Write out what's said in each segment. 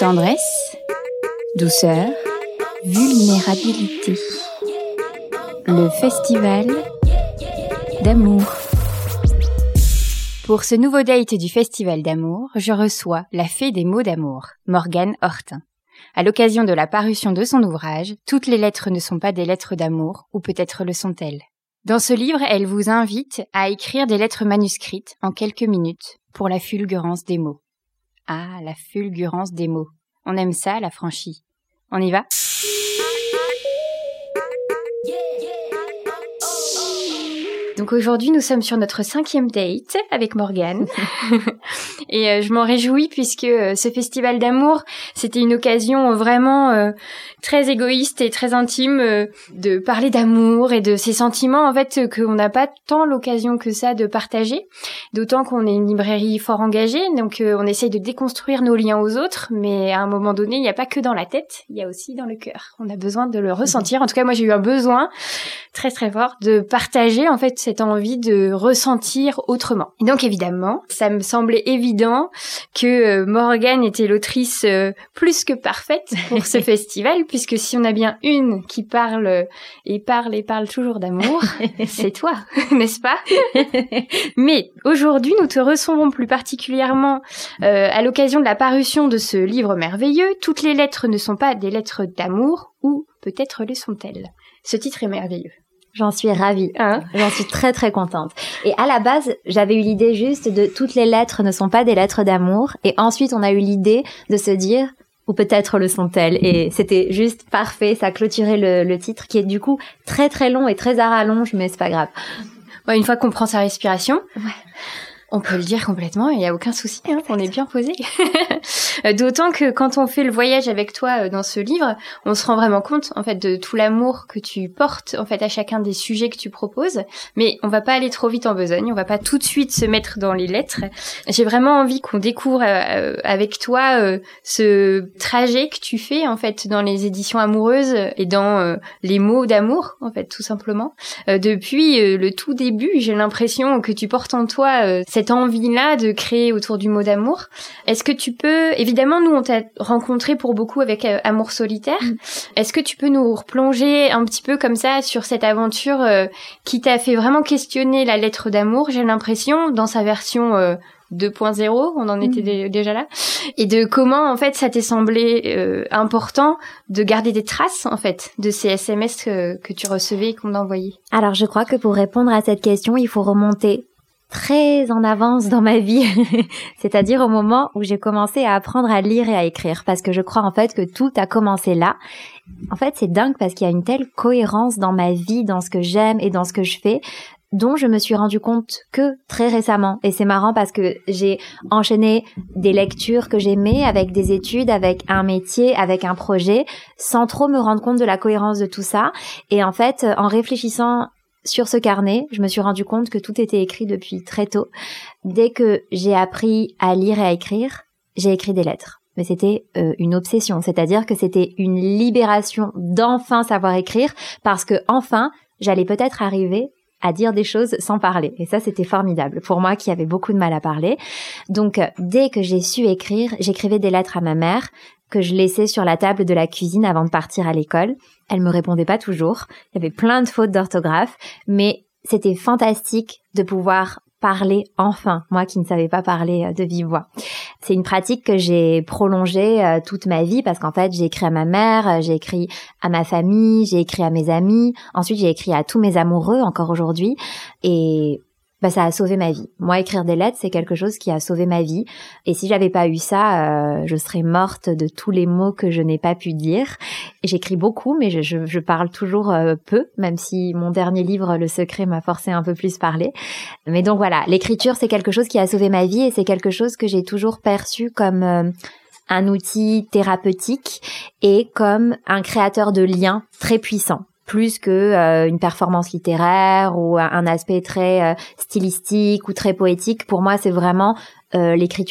Tendresse, douceur, vulnérabilité. Le festival d'amour. Pour ce nouveau date du festival d'amour, je reçois la fée des mots d'amour, Morgane Hortin. À l'occasion de la parution de son ouvrage, toutes les lettres ne sont pas des lettres d'amour, ou peut-être le sont-elles. Dans ce livre, elle vous invite à écrire des lettres manuscrites en quelques minutes pour la fulgurance des mots. Ah, la fulgurance des mots. On aime ça, la franchie. On y va ? Donc aujourd'hui, nous sommes sur notre 5e date avec Morgane. Et je m'en réjouis puisque ce festival d'amour, c'était une occasion vraiment très égoïste et très intime de parler d'amour et de ces sentiments en fait qu'on n'a pas tant l'occasion que ça de partager. D'autant qu'on est une librairie fort engagée, donc on essaye de déconstruire nos liens aux autres, mais à un moment donné, il n'y a pas que dans la tête, il y a aussi dans le cœur. On a besoin de le ressentir. En tout cas, moi, j'ai eu un besoin très très fort de partager en fait cette envie de ressentir autrement. Et donc évidemment, ça me semblait évident que Morgane était l'autrice plus que parfaite pour ce festival, puisque si on a bien une qui parle toujours d'amour, c'est toi, n'est-ce pas? Mais aujourd'hui, nous te recevons plus particulièrement à l'occasion de la parution de ce livre merveilleux. Toutes les lettres ne sont pas des lettres d'amour, ou peut-être le sont-elles. Ce titre est merveilleux. J'en suis ravie. J'en suis très très contente. Et à la base, j'avais eu l'idée juste de toutes les lettres ne sont pas des lettres d'amour. Et ensuite, on a eu l'idée de se dire, ou peut-être le sont-elles. Et c'était juste parfait. Ça clôturait le titre qui est du coup très très long et très à rallonge, mais c'est pas grave. Ouais, une fois qu'on prend sa respiration. Ouais. On peut le dire complètement, il n'y a aucun souci, on est bien posé. D'autant que quand on fait le voyage avec toi dans ce livre, on se rend vraiment compte en fait de tout l'amour que tu portes en fait à chacun des sujets que tu proposes. Mais on va pas aller trop vite en besogne, on va pas tout de suite se mettre dans les lettres. J'ai vraiment envie qu'on découvre avec toi ce trajet que tu fais en fait dans les éditions amoureuses et dans les mots d'amour en fait tout simplement. Depuis le tout début, j'ai l'impression que tu portes en toi cette envie-là de créer autour du mot d'amour. Est-ce que tu peux... Évidemment, nous, on t'a rencontré pour beaucoup avec Amour solitaire. Est-ce que tu peux nous replonger un petit peu comme ça sur cette aventure qui t'a fait vraiment questionner la lettre d'amour, j'ai l'impression, dans sa version 2.0, on en était déjà là, et de comment, en fait, ça t'est semblé important de garder des traces, en fait, de ces SMS que tu recevais et qu'on envoyait. Alors, je crois que pour répondre à cette question, il faut remonter très en avance dans ma vie, c'est-à-dire au moment où j'ai commencé à apprendre à lire et à écrire, parce que je crois en fait que tout a commencé là. En fait, c'est dingue parce qu'il y a une telle cohérence dans ma vie, dans ce que j'aime et dans ce que je fais, dont je me suis rendu compte que très récemment. Et c'est marrant parce que j'ai enchaîné des lectures que j'aimais avec des études, avec un métier, avec un projet, sans trop me rendre compte de la cohérence de tout ça. Et en fait, en réfléchissant sur ce carnet, je me suis rendu compte que tout était écrit depuis très tôt. Dès que j'ai appris à lire et à écrire, j'ai écrit des lettres. Mais c'était une obsession, c'est-à-dire que c'était une libération d'enfin savoir écrire, parce que enfin, j'allais peut-être arriver à dire des choses sans parler. Et ça, c'était formidable pour moi qui avait beaucoup de mal à parler. Donc, dès que j'ai su écrire, j'écrivais des lettres à ma mère que je laissais sur la table de la cuisine avant de partir à l'école. Elle me répondait pas toujours. Il y avait plein de fautes d'orthographe, mais c'était fantastique de pouvoir parler enfin, moi qui ne savais pas parler de vive voix. C'est une pratique que j'ai prolongée toute ma vie parce qu'en fait, j'ai écrit à ma mère, j'ai écrit à ma famille, j'ai écrit à mes amis, ensuite j'ai écrit à tous mes amoureux encore aujourd'hui et ça a sauvé ma vie. Moi, écrire des lettres, c'est quelque chose qui a sauvé ma vie. Et si j'avais pas eu ça, je serais morte de tous les mots que je n'ai pas pu dire. Et j'écris beaucoup, mais je parle toujours peu, même si mon dernier livre, Le Secret, m'a forcé un peu plus parler. Mais donc voilà, l'écriture, c'est quelque chose qui a sauvé ma vie et c'est quelque chose que j'ai toujours perçu comme un outil thérapeutique et comme un créateur de liens très puissant. Plus que une performance littéraire ou un aspect très stylistique ou très poétique. Pour moi, c'est vraiment l'écriture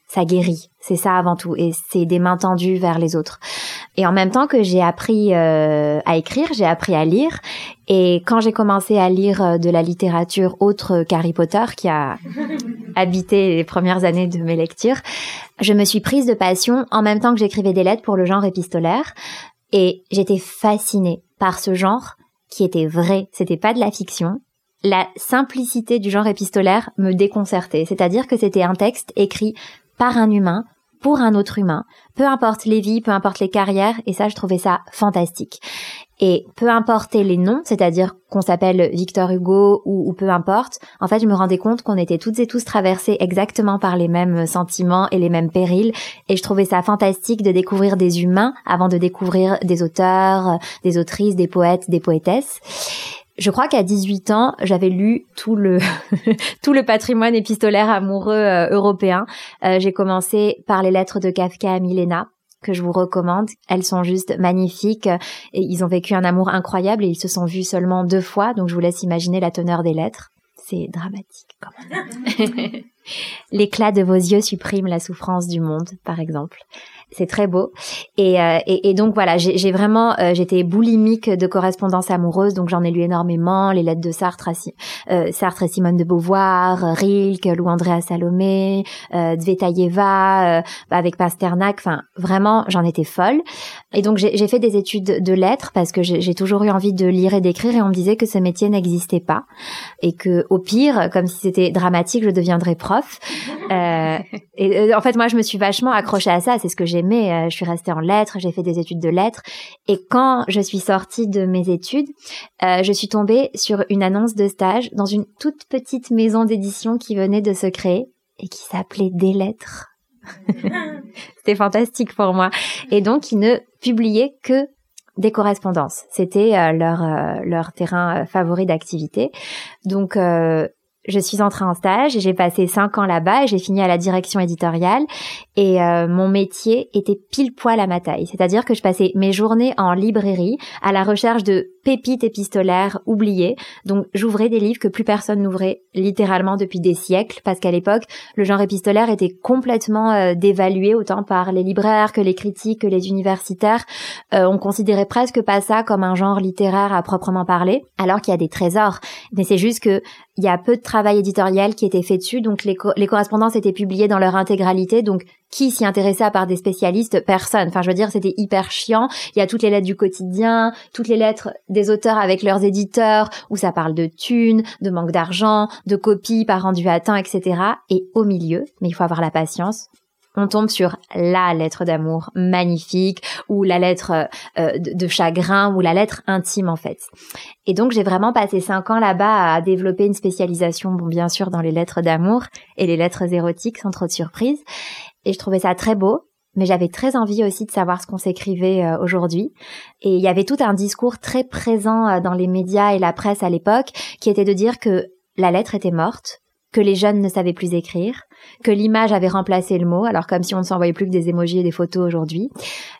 ça guérit. C'est ça avant tout. Et c'est des mains tendues vers les autres. Et en même temps que j'ai appris à écrire, j'ai appris à lire. Et quand j'ai commencé à lire de la littérature autre qu'Harry Potter, qui a habité les premières années de mes lectures, je me suis prise de passion en même temps que j'écrivais des lettres pour le genre épistolaire. Et j'étais fascinée par ce genre qui était vrai. C'était pas de la fiction. La simplicité du genre épistolaire me déconcertait. C'est-à-dire que c'était un texte écrit par un humain, pour un autre humain, peu importe les vies, peu importe les carrières, et ça, je trouvais ça fantastique. Et peu importe les noms, c'est-à-dire qu'on s'appelle Victor Hugo ou peu importe, en fait, je me rendais compte qu'on était toutes et tous traversés exactement par les mêmes sentiments et les mêmes périls, et je trouvais ça fantastique de découvrir des humains avant de découvrir des auteurs, des autrices, des poètes, des poétesses. Je crois qu'à 18 ans, j'avais lu tout le tout le patrimoine épistolaire amoureux européen. J'ai commencé par les lettres de Kafka à Milena, que je vous recommande. Elles sont juste magnifiques et ils ont vécu un amour incroyable et ils se sont vus seulement 2 fois, donc je vous laisse imaginer la teneur des lettres. C'est dramatique quand même. L'éclat de vos yeux supprime la souffrance du monde, par exemple. C'est très beau. Et donc voilà, j'ai vraiment, j'étais boulimique de correspondances amoureuses, donc j'en ai lu énormément, les lettres de Sartre et Simone de Beauvoir, Rilke, Lou Andréa Salomé, Tsvetaeva, avec Pasternak, enfin vraiment, j'en étais folle. Et donc j'ai fait des études de lettres parce que j'ai toujours eu envie de lire et d'écrire et on me disait que ce métier n'existait pas et que au pire, comme si c'était dramatique, je deviendrais prof. Et en fait, moi, je me suis vachement accrochée à ça, c'est ce que j'aimais. Je suis restée en lettres, j'ai fait des études de lettres. Et quand je suis sortie de mes études, je suis tombée sur une annonce de stage dans une toute petite maison d'édition qui venait de se créer et qui s'appelait Des Lettres. C'était fantastique pour moi. Et donc, ils ne publiaient que des correspondances. C'était leur terrain favori d'activité. Donc, je suis entrée en stage et j'ai passé 5 ans là-bas et j'ai fini à la direction éditoriale et mon métier était pile poil à ma taille. C'est-à-dire que je passais mes journées en librairie à la recherche de pépites épistolaires oubliées. Donc j'ouvrais des livres que plus personne n'ouvrait littéralement depuis des siècles parce qu'à l'époque, le genre épistolaire était complètement dévalué autant par les libraires que les critiques, que les universitaires. On considérait presque pas ça comme un genre littéraire à proprement parler, alors qu'il y a des trésors. Mais c'est juste que il y a peu de travail éditorial qui était fait dessus, donc les correspondances étaient publiées dans leur intégralité, donc qui s'y intéressait à part des spécialistes? Personne. Enfin, je veux dire, c'était hyper chiant. Il y a toutes les lettres du quotidien, toutes les lettres des auteurs avec leurs éditeurs, où ça parle de thunes, de manque d'argent, de copies pas rendues à temps, etc. Et au milieu, mais il faut avoir la patience, on tombe sur la lettre d'amour magnifique ou la lettre de chagrin ou la lettre intime en fait. Et donc j'ai vraiment passé 5 ans là-bas à développer une spécialisation, bon bien sûr dans les lettres d'amour et les lettres érotiques sans trop de surprise. Et je trouvais ça très beau, mais j'avais très envie aussi de savoir ce qu'on s'écrivait aujourd'hui. Et il y avait tout un discours très présent dans les médias et la presse à l'époque qui était de dire que la lettre était morte, que les jeunes ne savaient plus écrire, que l'image avait remplacé le mot, alors comme si on ne s'envoyait plus que des émojis et des photos aujourd'hui.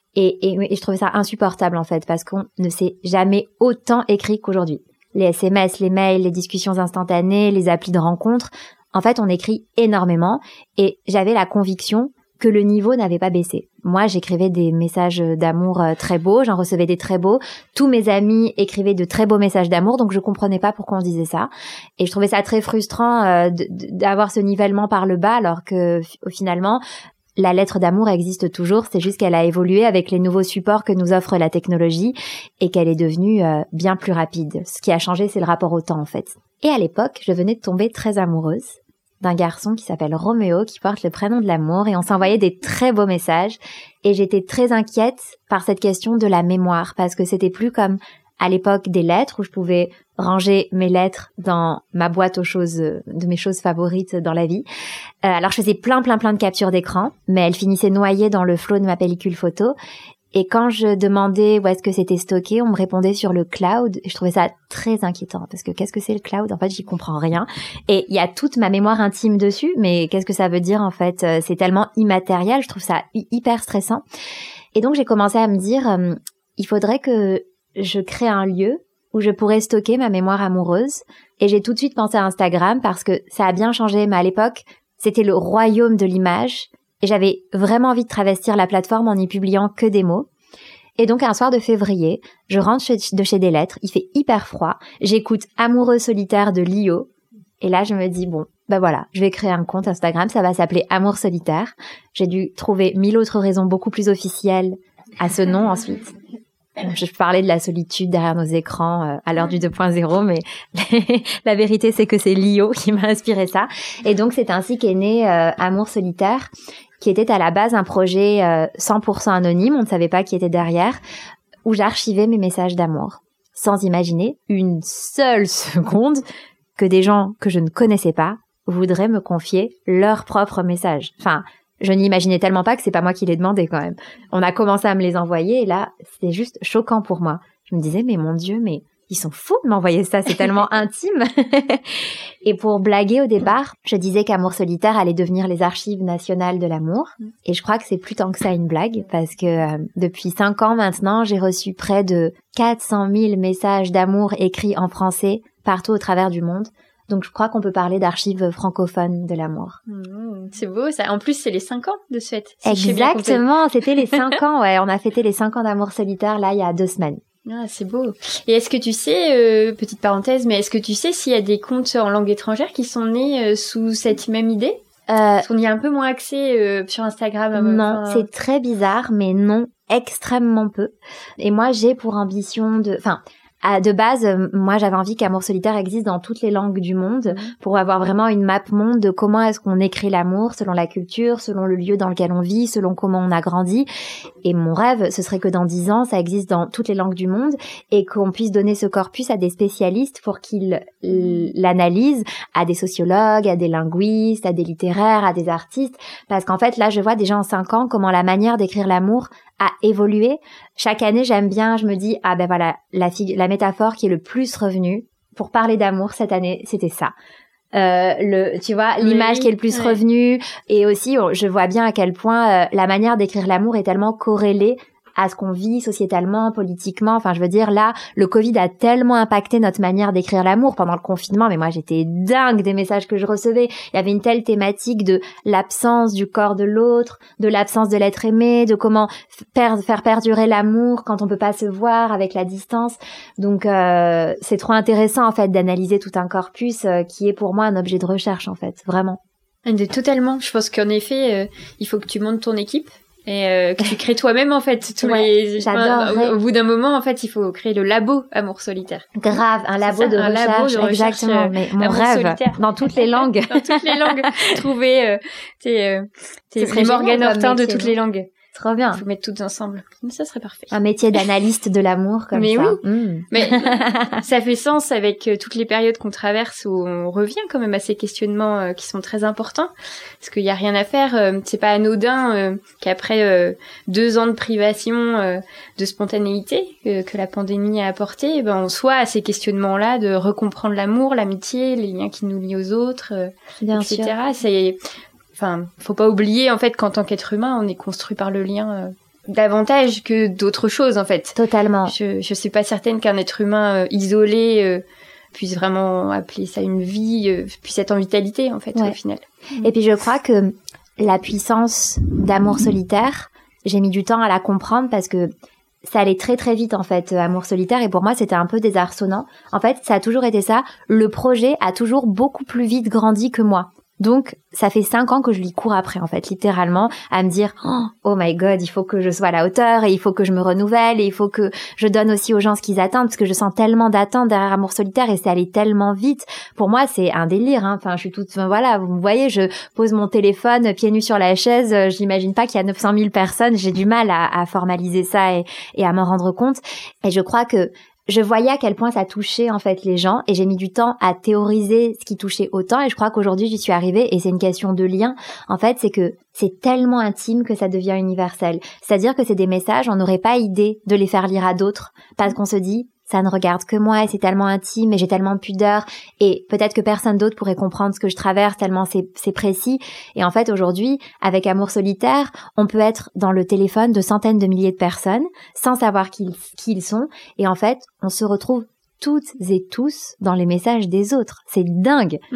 Et je trouvais ça insupportable en fait, parce qu'on ne s'est jamais autant écrit qu'aujourd'hui. Les SMS, les mails, les discussions instantanées, les applis de rencontres, en fait on écrit énormément et j'avais la conviction que le niveau n'avait pas baissé. Moi, j'écrivais des messages d'amour très beaux, j'en recevais des très beaux. Tous mes amis écrivaient de très beaux messages d'amour, donc je comprenais pas pourquoi on disait ça. Et je trouvais ça très frustrant d'avoir ce nivellement par le bas, alors que finalement, la lettre d'amour existe toujours, c'est juste qu'elle a évolué avec les nouveaux supports que nous offre la technologie et qu'elle est devenue bien plus rapide. Ce qui a changé, c'est le rapport au temps, en fait. Et à l'époque, je venais de tomber très amoureuse d'un garçon qui s'appelle Roméo, qui porte le prénom de l'amour, et on s'envoyait des très beaux messages. Et j'étais très inquiète par cette question de la mémoire, parce que c'était plus comme à l'époque des lettres, où je pouvais ranger mes lettres dans ma boîte aux choses, de mes choses favorites dans la vie. Alors je faisais plein de captures d'écran, mais elles finissaient noyées dans le flot de ma pellicule photo. Et quand je demandais où est-ce que c'était stocké, on me répondait sur le cloud. Et je trouvais ça très inquiétant parce que qu'est-ce que c'est le cloud? En fait, j'y comprends rien. Et il y a toute ma mémoire intime dessus, mais qu'est-ce que ça veut dire en fait? C'est tellement immatériel, je trouve ça hyper stressant. Et donc j'ai commencé à me dire, il faudrait que je crée un lieu où je pourrais stocker ma mémoire amoureuse. Et j'ai tout de suite pensé à Instagram parce que ça a bien changé, mais à l'époque, c'était le royaume de l'image. Et j'avais vraiment envie de travestir la plateforme en y publiant que des mots. Et donc, un soir de février, je rentre de chez Des Lettres, il fait hyper froid, j'écoute Amoureux solitaire de Lio, et là, je me dis, bon, ben voilà, je vais créer un compte Instagram, ça va s'appeler Amour solitaire. J'ai dû trouver 1000 autres raisons beaucoup plus officielles à ce nom ensuite. Je parlais de la solitude derrière nos écrans à l'heure du 2.0, mais la vérité, c'est que c'est Lio qui m'a inspiré ça. Et donc, c'est ainsi qu'est né Amour solitaire, qui était à la base un projet 100% anonyme, on ne savait pas qui était derrière, où j'archivais mes messages d'amour, sans imaginer une seule seconde que des gens que je ne connaissais pas voudraient me confier leurs propres messages. Enfin, je n'imaginais tellement pas que c'est pas moi qui les demandais quand même. On a commencé à me les envoyer et là, c'était juste choquant pour moi. Je me disais, mais mon Dieu, mais ils sont fous de m'envoyer ça, c'est tellement intime. Et pour blaguer au départ, je disais qu'Amour solitaire allait devenir les archives nationales de l'amour. Et je crois que c'est plus tant que ça une blague parce que depuis 5 ans maintenant, j'ai reçu près de 400 000 messages d'amour écrits en français partout au travers du monde. Donc, je crois qu'on peut parler d'archives francophones de l'amour. C'est beau, ça. En plus, c'est les 5 ans de ce fait. Si exactement, c'était les 5 ans, ouais. On a fêté les 5 ans d'Amour solitaire, là, il y a 2 semaines. Ah, c'est beau. Et est-ce que tu sais, petite parenthèse, mais est-ce que tu sais s'il y a des comptes en langue étrangère qui sont nés sous cette même idée? Parce qu'on y a un peu moins accès sur Instagram. Non, c'est très bizarre, mais non, extrêmement peu. Et moi, j'ai pour ambition de base, moi j'avais envie qu'Amour solitaire existe dans toutes les langues du monde pour avoir vraiment une map monde de comment est-ce qu'on écrit l'amour selon la culture, selon le lieu dans lequel on vit, selon comment on a grandi. Et mon rêve, ce serait que dans 10 ans, ça existe dans toutes les langues du monde et qu'on puisse donner ce corpus à des spécialistes pour qu'ils l'analysent, à des sociologues, à des linguistes, à des littéraires, à des artistes. Parce qu'en fait, là, je vois déjà en 5 ans comment la manière d'écrire l'amour a évolué. Chaque année, j'aime bien, je me dis, ah ben voilà, la métaphore qui est le plus revenue pour parler d'amour cette année, c'était ça. Tu vois, l'image qui est le plus revenue. Et aussi, je vois bien à quel point la manière d'écrire l'amour est tellement corrélée à ce qu'on vit sociétalement, politiquement. Enfin, je veux dire, là, le Covid a tellement impacté notre manière d'écrire l'amour pendant le confinement, mais moi, j'étais dingue des messages que je recevais. Il y avait une telle thématique de l'absence du corps de l'autre, de l'absence de l'être aimé, de comment faire perdurer l'amour quand on peut pas se voir avec la distance. Donc, c'est trop intéressant, en fait, d'analyser tout un corpus qui est pour moi un objet de recherche, en fait, vraiment. Totalement. Je pense qu'en effet, il faut que tu montes ton équipe. Et que tu crées toi-même en fait j'adorerais. Au bout d'un moment en fait il faut créer le labo Amour solitaire. Grave, un labo de recherche, exactement, mais mon rêve solitaire. Dans toutes les langues. Dans toutes les langues, trouver t'es Morgane Hortin de toutes les langues. Trop bien. Faut mettre toutes ensemble. Ça serait parfait. Un métier d'analyste de l'amour comme mais ça. Oui. Mais ça fait sens avec toutes les périodes qu'on traverse où on revient quand même à ces questionnements qui sont très importants. Parce qu'il y a rien à faire. C'est pas anodin qu'après 2 ans de privation de spontanéité que la pandémie a apporté, on soit à ces questionnements-là de recomprendre l'amour, l'amitié, les liens qui nous lient aux autres, Bien etc. Sûr. Faut pas oublier, en fait, qu'en tant qu'être humain, on est construit par le lien davantage que d'autres choses, en fait. Totalement. Je suis pas certaine qu'un être humain isolé puisse vraiment appeler ça une vie, puisse être en vitalité, en fait, au final. Et puis, je crois que la puissance d'Amour solitaire, j'ai mis du temps à la comprendre parce que ça allait très très vite en fait, Amour solitaire, et pour moi c'était un peu désarçonnant. En fait, ça a toujours été ça. Le projet a toujours beaucoup plus vite grandi que moi. Donc, ça fait 5 ans que je lui cours après, en fait, littéralement, à me dire, oh my god, il faut que je sois à la hauteur, et il faut que je me renouvelle, et il faut que je donne aussi aux gens ce qu'ils attendent, parce que je sens tellement d'attente derrière Amour solitaire, et c'est allé tellement vite. Pour moi, c'est un délire, hein. Enfin, je suis voilà, vous me voyez, je pose mon téléphone pieds nus sur la chaise, j'imagine pas qu'il y a 900 000 personnes, j'ai du mal à formaliser ça et à m'en rendre compte. Et je crois que je voyais à quel point ça touchait en fait les gens et j'ai mis du temps à théoriser ce qui touchait autant et je crois qu'aujourd'hui j'y suis arrivée et c'est une question de lien. En fait, c'est que c'est tellement intime que ça devient universel. C'est-à-dire que c'est des messages, on n'aurait pas idée de les faire lire à d'autres parce qu'on se dit ça ne regarde que moi et c'est tellement intime et j'ai tellement de pudeur et peut-être que personne d'autre pourrait comprendre ce que je traverse tellement c'est précis. Et en fait, aujourd'hui, avec Amour solitaire, on peut être dans le téléphone de centaines de milliers de personnes sans savoir qui ils sont. Et en fait, on se retrouve toutes et tous dans les messages des autres. C'est dingue.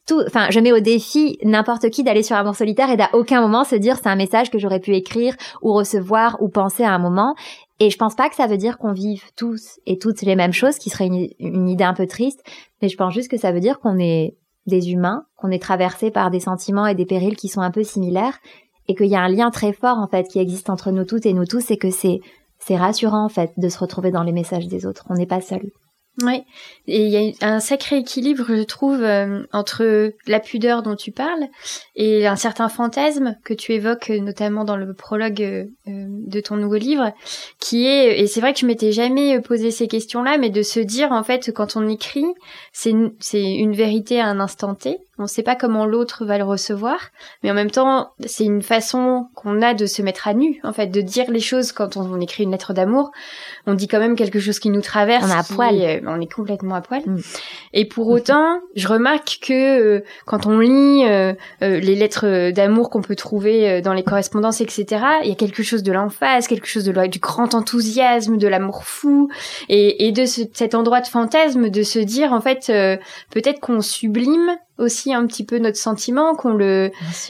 je mets au défi n'importe qui d'aller sur Amour solitaire et d'à aucun moment se dire c'est un message que j'aurais pu écrire ou recevoir ou penser à un moment. Et je pense pas que ça veut dire qu'on vive tous et toutes les mêmes choses, qui serait une idée un peu triste, mais je pense juste que ça veut dire qu'on est des humains, qu'on est traversés par des sentiments et des périls qui sont un peu similaires, et qu'il y a un lien très fort en fait qui existe entre nous toutes et nous tous, et que c'est rassurant en fait de se retrouver dans les messages des autres. On n'est pas seul. Oui, et il y a un sacré équilibre, je trouve, entre la pudeur dont tu parles et un certain fantasme que tu évoques notamment dans le prologue de ton nouveau livre, qui est, et c'est vrai que je m'étais jamais posé ces questions-là, mais de se dire en fait quand on écrit, c'est une vérité à un instant T. On ne sait pas comment l'autre va le recevoir, mais en même temps, c'est une façon qu'on a de se mettre à nu, en fait, de dire les choses quand on écrit une lettre d'amour. On dit quand même quelque chose qui nous traverse. On est à poil. On est complètement à poil. Et pour autant, je remarque que quand on lit les lettres d'amour qu'on peut trouver dans les correspondances, etc., il y a quelque chose de l'emphase, quelque chose du grand enthousiasme, de l'amour fou, et de cet endroit de fantasme, de se dire, en fait, peut-être qu'on sublime aussi un petit peu notre sentiment, qu'on le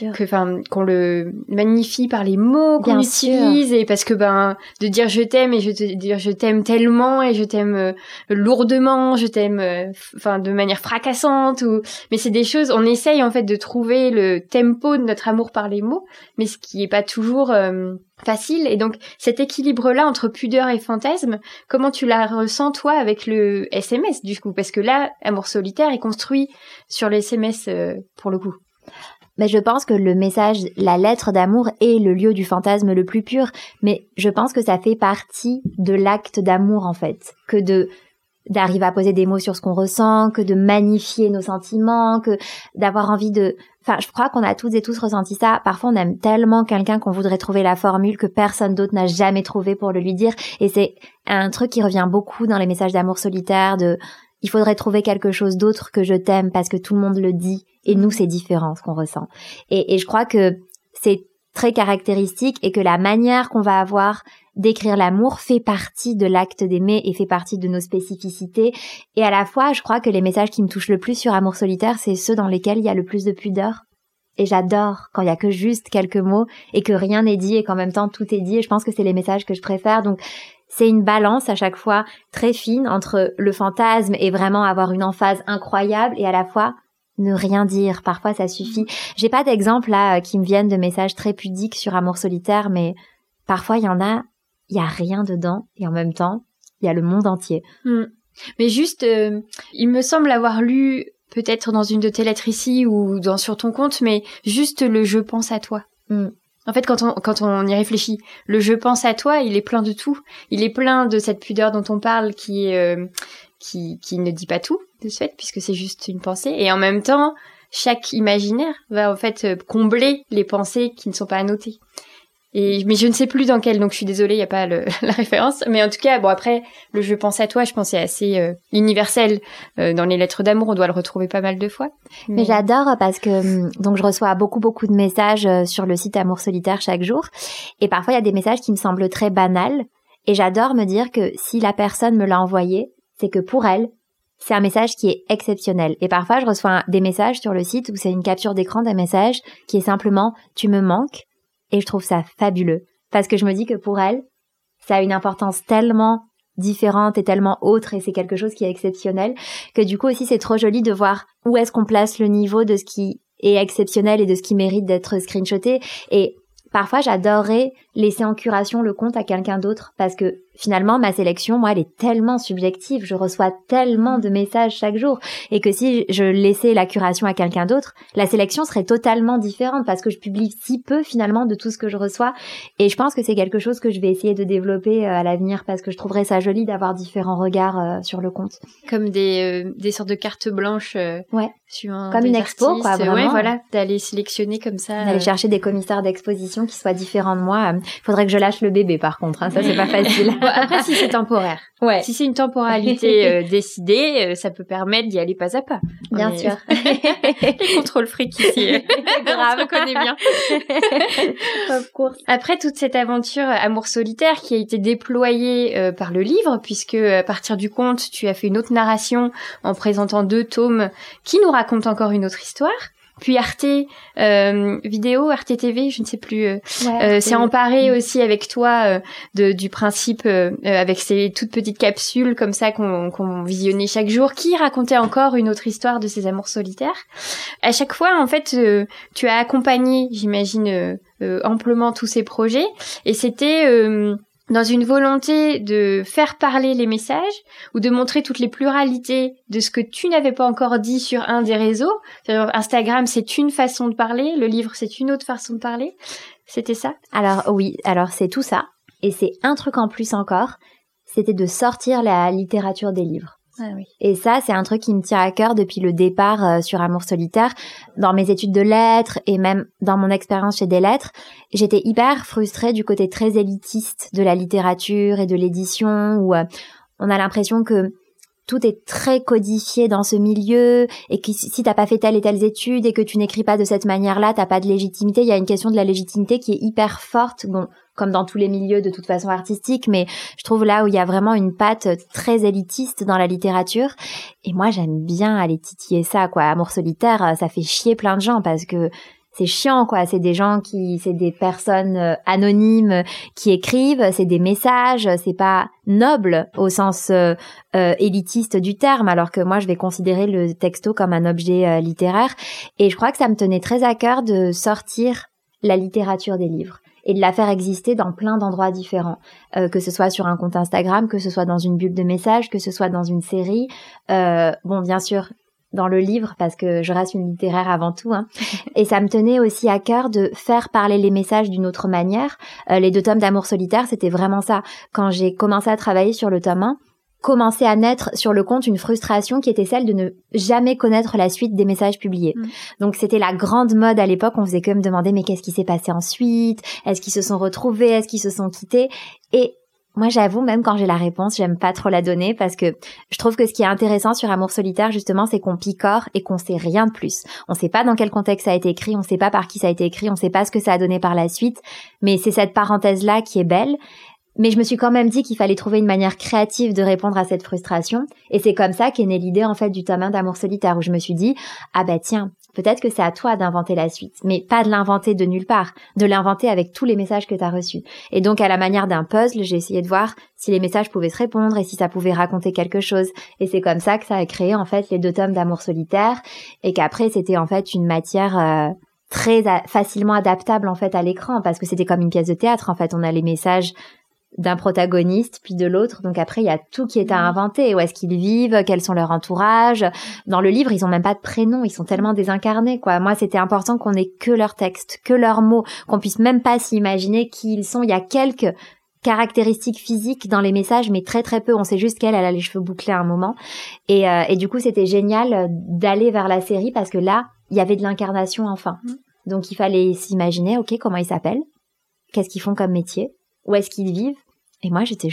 magnifie par les mots qu'on utilise, et parce que de dire je t'aime et dire je t'aime tellement et je t'aime lourdement, je t'aime de manière fracassante, mais c'est des choses, on essaye en fait de trouver le tempo de notre amour par les mots, mais ce qui est pas toujours facile. Et donc cet équilibre-là entre pudeur et fantasme, comment tu la ressens toi avec le SMS du coup, parce que là Amour solitaire est construit sur le SMS pour le coup. Mais je pense que le message, la lettre d'amour est le lieu du fantasme le plus pur, mais je pense que ça fait partie de l'acte d'amour en fait, que d'arriver à poser des mots sur ce qu'on ressent, que de magnifier nos sentiments, que d'avoir envie je crois qu'on a toutes et tous ressenti ça. Parfois, on aime tellement quelqu'un qu'on voudrait trouver la formule que personne d'autre n'a jamais trouvée pour le lui dire. Et c'est un truc qui revient beaucoup dans les messages d'amour solitaire, il faudrait trouver quelque chose d'autre que je t'aime parce que tout le monde le dit. Et nous, c'est différent ce qu'on ressent. Et je crois que c'est très caractéristique et que la manière qu'on va avoir d'écrire l'amour fait partie de l'acte d'aimer et fait partie de nos spécificités. Et à la fois, je crois que les messages qui me touchent le plus sur Amour solitaire, c'est ceux dans lesquels il y a le plus de pudeur. Et j'adore quand il y a que juste quelques mots et que rien n'est dit et qu'en même temps tout est dit. Et je pense que c'est les messages que je préfère. Donc, c'est une balance à chaque fois très fine entre le fantasme et vraiment avoir une emphase incroyable et à la fois ne rien dire. Parfois, ça suffit. J'ai pas d'exemple là qui me viennent de messages très pudiques sur Amour solitaire, mais parfois il y a rien dedans et en même temps, il y a le monde entier. Mais juste, il me semble avoir lu peut-être dans une de tes lettres ici ou sur ton compte, mais juste le je pense à toi. En fait, quand on y réfléchit, le je pense à toi, il est plein de tout. Il est plein de cette pudeur dont on parle qui ne dit pas tout de ce fait, puisque c'est juste une pensée. Et en même temps, chaque imaginaire va en fait combler les pensées qui ne sont pas annotées. Mais je ne sais plus dans quel, donc je suis désolée, il n'y a pas la référence. Mais en tout cas, bon après, le je pense à toi, je pense c'est assez universel. Dans les lettres d'amour, on doit le retrouver pas mal de fois. Mais j'adore parce que donc je reçois beaucoup de messages sur le site Amour solitaire chaque jour. Et parfois, il y a des messages qui me semblent très banals. Et j'adore me dire que si la personne me l'a envoyé, c'est que pour elle, c'est un message qui est exceptionnel. Et parfois, je reçois des messages sur le site où c'est une capture d'écran d'un message qui est simplement « tu me manques ». Et je trouve ça fabuleux, parce que je me dis que pour elle, ça a une importance tellement différente et tellement autre, et c'est quelque chose qui est exceptionnel, que du coup aussi c'est trop joli de voir où est-ce qu'on place le niveau de ce qui est exceptionnel et de ce qui mérite d'être screenshoté. Et parfois j'adorerais laisser en curation le compte à quelqu'un d'autre, parce que finalement ma sélection, moi, elle est tellement subjective, je reçois tellement de messages chaque jour, et que si je laissais la curation à quelqu'un d'autre, la sélection serait totalement différente, parce que je publie si peu finalement de tout ce que je reçois. Et je pense que c'est quelque chose que je vais essayer de développer à l'avenir, parce que je trouverais ça joli d'avoir différents regards sur le compte. Comme des sortes de cartes blanches comme une expo, quoi, vraiment. Ouais, voilà, d'aller sélectionner comme ça. D'aller chercher des commissaires d'exposition qui soient différents de moi, Faudrait que je lâche le bébé, par contre. Hein, ça, c'est pas facile. Bon, après, si c'est temporaire. Ouais. Si c'est une temporalité décidée, ça peut permettre d'y aller pas à pas. Bien sûr. Les contrôles fric ici. Grave. On se connaît bien. Of course. Après toute cette aventure Amour solitaire qui a été déployée par le livre, puisque à partir du conte, tu as fait une autre narration en présentant 2 tomes qui nous racontent encore une autre histoire. Puis Arte vidéo, Arte TV, je ne sais plus, s'est emparé aussi avec toi du principe avec ces toutes petites capsules comme ça qu'on visionnait chaque jour, qui racontaient encore une autre histoire de ces amours solitaires. À chaque fois, en fait, tu as accompagné, j'imagine, amplement tous ces projets, et c'était dans une volonté de faire parler les messages ou de montrer toutes les pluralités de ce que tu n'avais pas encore dit sur un des réseaux. Instagram, c'est une façon de parler, le livre, c'est une autre façon de parler. C'était ça? Alors oui, c'est tout ça. Et c'est un truc en plus encore, c'était de sortir la littérature des livres. Ah oui. Et ça, c'est un truc qui me tient à cœur depuis le départ sur Amour solitaire. Dans mes études de lettres et même dans mon expérience chez Des Lettres, j'étais hyper frustrée du côté très élitiste de la littérature et de l'édition où on a l'impression que tout est très codifié dans ce milieu et que si t'as pas fait telle et telle étude et que tu n'écris pas de cette manière-là, t'as pas de légitimité. Il y a une question de la légitimité qui est hyper forte, bon, comme dans tous les milieux de toute façon artistique, mais je trouve là où il y a vraiment une patte très élitiste dans la littérature. Et moi, j'aime bien aller titiller ça, quoi. Amour solitaire, ça fait chier plein de gens parce que c'est chiant, quoi. C'est des personnes anonymes qui écrivent, c'est des messages, c'est pas noble au sens élitiste du terme, alors que moi, je vais considérer le texto comme un objet littéraire. Et je crois que ça me tenait très à cœur de sortir la littérature des livres et de la faire exister dans plein d'endroits différents, que ce soit sur un compte Instagram, que ce soit dans une bulle de messages, que ce soit dans une série. Bon, bien sûr, dans le livre, parce que je reste une littéraire avant tout, hein. Et ça me tenait aussi à cœur de faire parler les messages d'une autre manière. Les 2 tomes d'Amour solitaire, c'était vraiment ça. Quand j'ai commencé à travailler sur le tome 1, commençait à naître sur le compte une frustration qui était celle de ne jamais connaître la suite des messages publiés. Donc c'était la grande mode à l'époque, on faisait que me demander mais qu'est-ce qui s'est passé ensuite? Est-ce qu'ils se sont retrouvés? Est-ce qu'ils se sont quittés? Et moi, j'avoue, même quand j'ai la réponse, j'aime pas trop la donner parce que je trouve que ce qui est intéressant sur Amour solitaire, justement, c'est qu'on picore et qu'on sait rien de plus. On sait pas dans quel contexte ça a été écrit, on sait pas par qui ça a été écrit, on sait pas ce que ça a donné par la suite, mais c'est cette parenthèse-là qui est belle. Mais je me suis quand même dit qu'il fallait trouver une manière créative de répondre à cette frustration. Et c'est comme ça qu'est née l'idée, en fait, du tome 1 d'Amour solitaire, où je me suis dit, ah bah tiens, peut-être que c'est à toi d'inventer la suite. Mais pas de l'inventer de nulle part, de l'inventer avec tous les messages que t'as reçus. Et donc, à la manière d'un puzzle, j'ai essayé de voir si les messages pouvaient se répondre et si ça pouvait raconter quelque chose. Et c'est comme ça que ça a créé, en fait, les 2 tomes d'Amour solitaire. Et qu'après, c'était, en fait, une matière très facilement adaptable, en fait, à l'écran. Parce que c'était comme une pièce de théâtre, en fait. On a les messages d'un protagoniste puis de l'autre, donc après il y a tout qui est à inventer, où est-ce qu'ils vivent, quels sont leurs entourages. Dans le livre ils ont même pas de prénom, ils sont tellement désincarnés, quoi. Moi c'était important qu'on ait que leur texte, que leurs mots, qu'on puisse même pas s'imaginer qui ils sont. Il y a quelques caractéristiques physiques dans les messages, mais très très peu. On sait juste qu'elle a les cheveux bouclés à un moment, et du coup c'était génial d'aller vers la série parce que là il y avait de l'incarnation enfin. Donc il fallait s'imaginer, ok, comment ils s'appellent, qu'est-ce qu'ils font comme métier, où est-ce qu'ils vivent. Et moi, je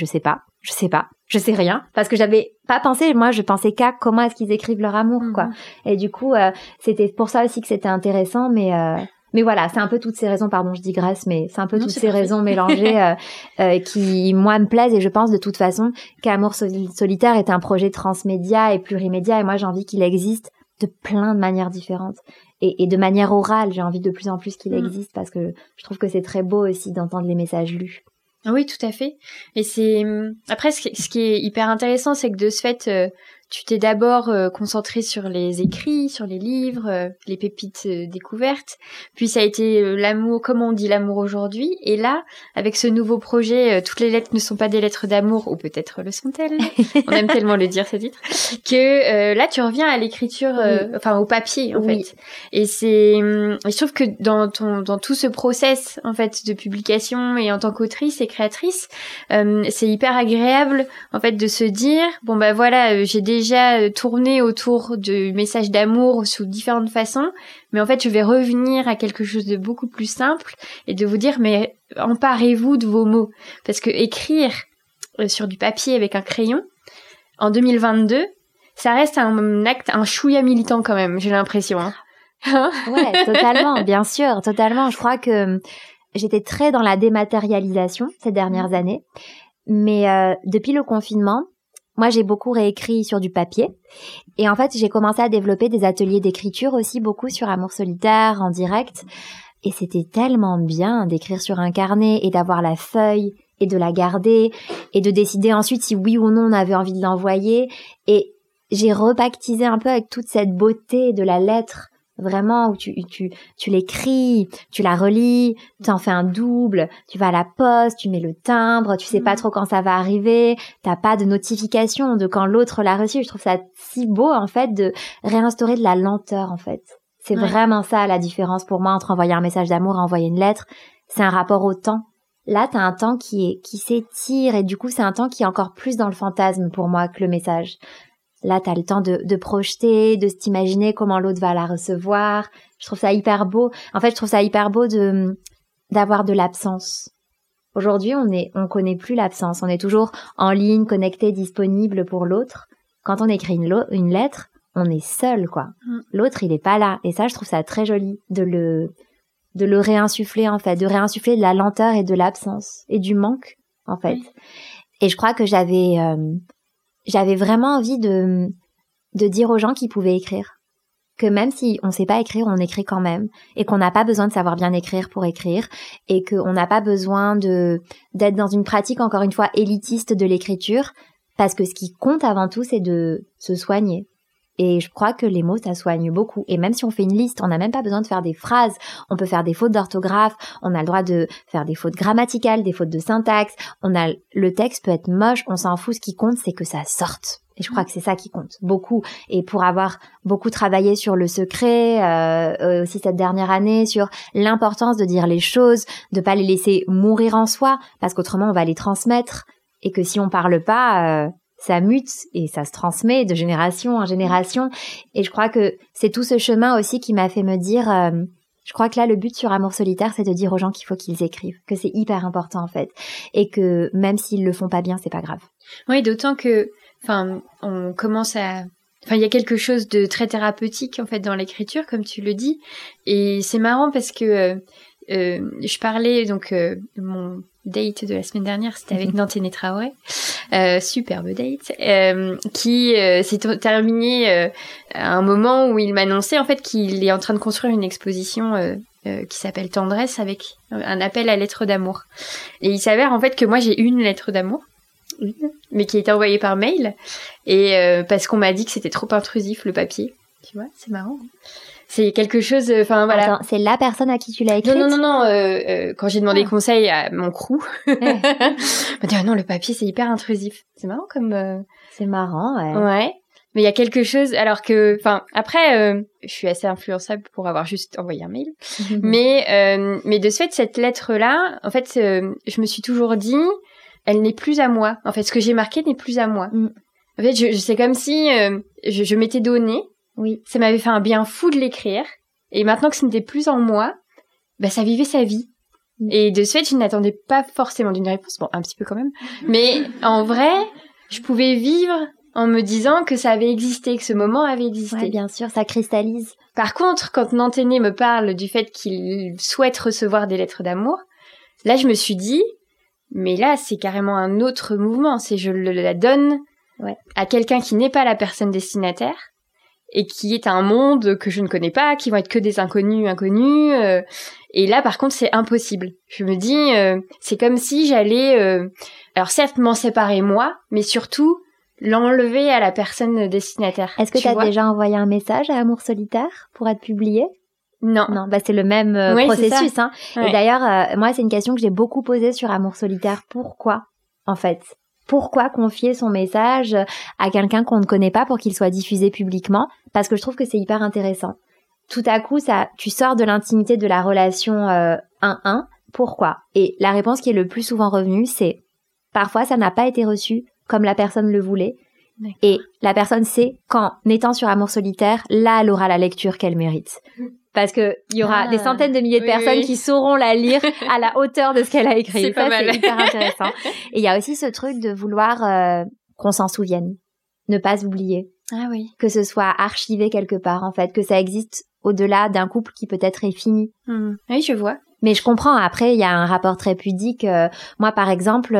sais rien, parce que j'avais pas pensé, moi, je pensais qu'à comment est-ce qu'ils écrivent leur amour, quoi. Et du coup, c'était pour ça aussi que c'était intéressant, mais voilà, c'est un peu toutes ces raisons, pardon, je digresse, mais c'est un peu toutes ces raisons mélangées qui, moi, me plaisent, et je pense de toute façon qu'Amour solitaire est un projet transmédia et plurimédia, et moi, j'ai envie qu'il existe de plein de manières différentes. Et de manière orale, j'ai envie de plus en plus qu'il existe, parce que je trouve que c'est très beau aussi d'entendre les messages lus. Oui, tout à fait. Et c'est après ce qui est hyper intéressant, c'est que de ce fait, tu t'es d'abord concentré sur les écrits, sur les livres, les pépites découvertes. Puis ça a été l'amour, comme on dit l'amour aujourd'hui. Et là, avec ce nouveau projet, toutes les lettres ne sont pas des lettres d'amour, ou peut-être le sont-elles. On aime tellement le dire, ce titre. Que là, tu reviens à l'écriture, enfin au papier, en fait. Et je trouve que dans tout ce process, en fait, de publication et en tant qu'autrice et créatrice, c'est hyper agréable, en fait, de se dire, bon bah voilà, j'ai déjà déjà tourné autour du message d'amour sous différentes façons, mais en fait, je vais revenir à quelque chose de beaucoup plus simple et de vous dire, mais emparez-vous de vos mots. Parce que écrire sur du papier avec un crayon, en 2022, ça reste un acte, un chouïa militant quand même, j'ai l'impression. Ouais, totalement, bien sûr, totalement. Je crois que j'étais très dans la dématérialisation ces dernières années. Mais depuis le confinement, moi, j'ai beaucoup réécrit sur du papier. Et en fait, j'ai commencé à développer des ateliers d'écriture aussi, beaucoup sur Amour solitaire, en direct. Et c'était tellement bien d'écrire sur un carnet et d'avoir la feuille et de la garder et de décider ensuite si oui ou non on avait envie de l'envoyer. Et j'ai rebaptisé un peu avec toute cette beauté de la lettre. Vraiment, où tu l'écris, tu la relis, tu en fais un double, tu vas à la poste, tu mets le timbre, tu sais pas trop quand ça va arriver, t'as pas de notification de quand l'autre l'a reçu. Je trouve ça si beau, en fait, de réinstaurer de la lenteur, en fait. C'est vraiment ça, la différence pour moi entre envoyer un message d'amour et envoyer une lettre. C'est un rapport au temps. Là, t'as un temps qui s'étire et du coup, c'est un temps qui est encore plus dans le fantasme pour moi que le message. Là, t'as le temps de projeter, de s'imaginer comment l'autre va la recevoir. Je trouve ça hyper beau. En fait, je trouve ça hyper beau d'avoir de l'absence. Aujourd'hui, on connaît plus l'absence. On est toujours en ligne, connecté, disponible pour l'autre. Quand on écrit une lettre, on est seul, quoi. L'autre, il est pas là. Et ça, je trouve ça très joli de le réinsuffler, en fait, de réinsuffler de la lenteur et de l'absence et du manque, en fait. Et je crois que j'avais vraiment envie de dire aux gens qu'ils pouvaient écrire. Que même si on sait pas écrire, on écrit quand même. Et qu'on n'a pas besoin de savoir bien écrire pour écrire. Et qu'on n'a pas besoin d'être dans une pratique, encore une fois, élitiste de l'écriture. Parce que ce qui compte avant tout, c'est de se soigner. Et je crois que les mots, ça soigne beaucoup. Et même si on fait une liste, on n'a même pas besoin de faire des phrases. On peut faire des fautes d'orthographe. On a le droit de faire des fautes grammaticales, des fautes de syntaxe. Le texte peut être moche. On s'en fout. Ce qui compte, c'est que ça sorte. Et je crois que c'est ça qui compte beaucoup. Et pour avoir beaucoup travaillé sur le secret, aussi cette dernière année, sur l'importance de dire les choses, de pas les laisser mourir en soi, parce qu'autrement, on va les transmettre. Et que si on parle pas, ça mute et ça se transmet de génération en génération. Et je crois que c'est tout ce chemin aussi qui m'a fait me dire, je crois que là, le but sur Amour solitaire, c'est de dire aux gens qu'il faut qu'ils écrivent, que c'est hyper important en fait. Et que même s'ils le font pas bien, c'est pas grave. Oui, d'autant que, on commence à... il y a quelque chose de très thérapeutique en fait dans l'écriture, comme tu le dis. Et c'est marrant parce que je parlais, donc mon date de la semaine dernière, c'était avec Nantene Traoré, superbe date, qui s'est terminé à un moment où il m'annonçait en fait qu'il est en train de construire une exposition qui s'appelle Tendresse, avec un appel à lettres d'amour. Et il s'avère en fait que moi j'ai une lettre d'amour, mais qui a été envoyée par mail, et parce qu'on m'a dit que c'était trop intrusif le papier. Tu vois, c'est marrant. C'est quelque chose, voilà. Attends, c'est la personne à qui tu l'as écrite? Non. Quand j'ai demandé conseil à mon crew, on m'a dit non, le papier c'est hyper intrusif. C'est marrant comme. C'est marrant, ouais. Ouais. Mais il y a quelque chose, alors que, après, je suis assez influençable pour avoir juste envoyé un mail. Mais de ce fait, cette lettre-là, en fait, je me suis toujours dit, elle n'est plus à moi. En fait, ce que j'ai marqué n'est plus à moi. En fait, c'est comme si je m'étais donné. Oui. Ça m'avait fait un bien fou de l'écrire. Et maintenant que ce n'était plus en moi, ça vivait sa vie. Et de ce fait, je n'attendais pas forcément d'une réponse. Bon, un petit peu quand même. Mais en vrai, je pouvais vivre en me disant que ça avait existé, que ce moment avait existé. Ouais, bien sûr, ça cristallise. Par contre, quand Nantene me parle du fait qu'il souhaite recevoir des lettres d'amour, là, je me suis dit, mais là, c'est carrément un autre mouvement. C'est je la donne à quelqu'un qui n'est pas la personne destinataire et qui est un monde que je ne connais pas, qui vont être que des inconnus. Et là, par contre, c'est impossible. Je me dis, c'est comme si j'allais, alors certes, m'en séparer moi, mais surtout l'enlever à la personne destinataire. Est-ce que tu as déjà envoyé un message à Amour solitaire pour être publié? Non. Non, c'est le même processus. Hein. Ouais. Et d'ailleurs, moi, c'est une question que j'ai beaucoup posée sur Amour solitaire. Pourquoi, en fait? Pourquoi confier son message à quelqu'un qu'on ne connaît pas pour qu'il soit diffusé publiquement? Parce que je trouve que c'est hyper intéressant. Tout à coup, tu sors de l'intimité de la relation 1-1. Pourquoi? Et la réponse qui est le plus souvent revenue, c'est parfois ça n'a pas été reçu comme la personne le voulait. D'accord. Et la personne sait qu'en étant sur Amour solitaire, là, elle aura la lecture qu'elle mérite. Parce que il y aura des centaines de milliers de personnes qui sauront la lire à la hauteur de ce qu'elle a écrit. C'est pas mal. C'est hyper intéressant. Et il y a aussi ce truc de vouloir qu'on s'en souvienne, ne pas oublier. Ah oui. Que ce soit archivé quelque part, en fait, que ça existe au-delà d'un couple qui peut-être est fini. Oui, je vois. Mais je comprends. Après, il y a un rapport très pudique. Moi, par exemple,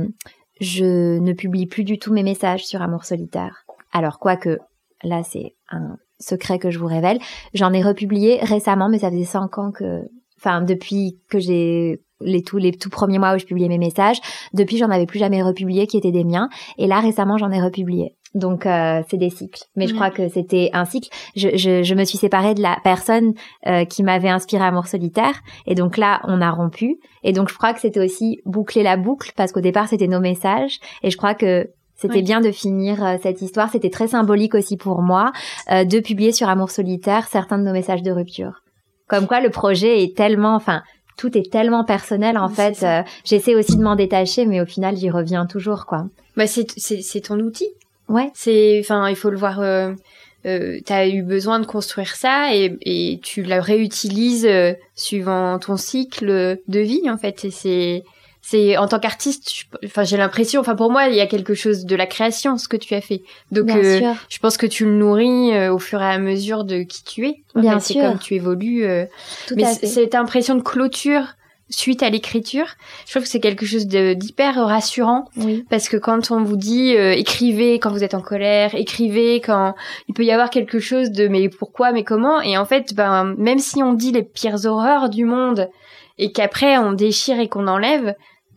je ne publie plus du tout mes messages sur Amour solitaire. Alors, quoique, là, c'est un secret que je vous révèle. J'en ai republié récemment, mais ça faisait 5 ans depuis que j'ai les tout premiers mois où je publiais mes messages. Depuis, j'en avais plus jamais republié qui étaient des miens. Et là, récemment, j'en ai republié. Donc, c'est des cycles. Mais je crois que c'était un cycle. Je me suis séparée de la personne qui m'avait inspiré Amour solitaire. Et donc là, on a rompu. Et donc, je crois que c'était aussi boucler la boucle parce qu'au départ, c'était nos messages. Et je crois que c'était bien de finir cette histoire. C'était très symbolique aussi pour moi de publier sur Amour solitaire certains de nos messages de rupture. Comme quoi, le projet est tellement... tout est tellement personnel, en fait. J'essaie aussi de m'en détacher, mais au final, j'y reviens toujours, quoi. Bah, c'est ton outil. Ouais. Il faut le voir, t'as eu besoin de construire ça et tu la réutilises suivant ton cycle de vie, en fait. Et c'est en tant qu'artiste, j'ai l'impression, pour moi, il y a quelque chose de la création, ce que tu as fait. Donc, je pense que tu le nourris au fur et à mesure de qui tu es. Bien sûr. C'est comme tu évolues. Mais cette impression de clôture suite à l'écriture, je trouve que c'est quelque chose d'hyper rassurant. Oui. Parce que quand on vous dit écrivez quand vous êtes en colère, écrivez quand il peut y avoir quelque chose de mais pourquoi, mais comment, et en fait, même si on dit les pires horreurs du monde et qu'après on déchire et qu'on enlève,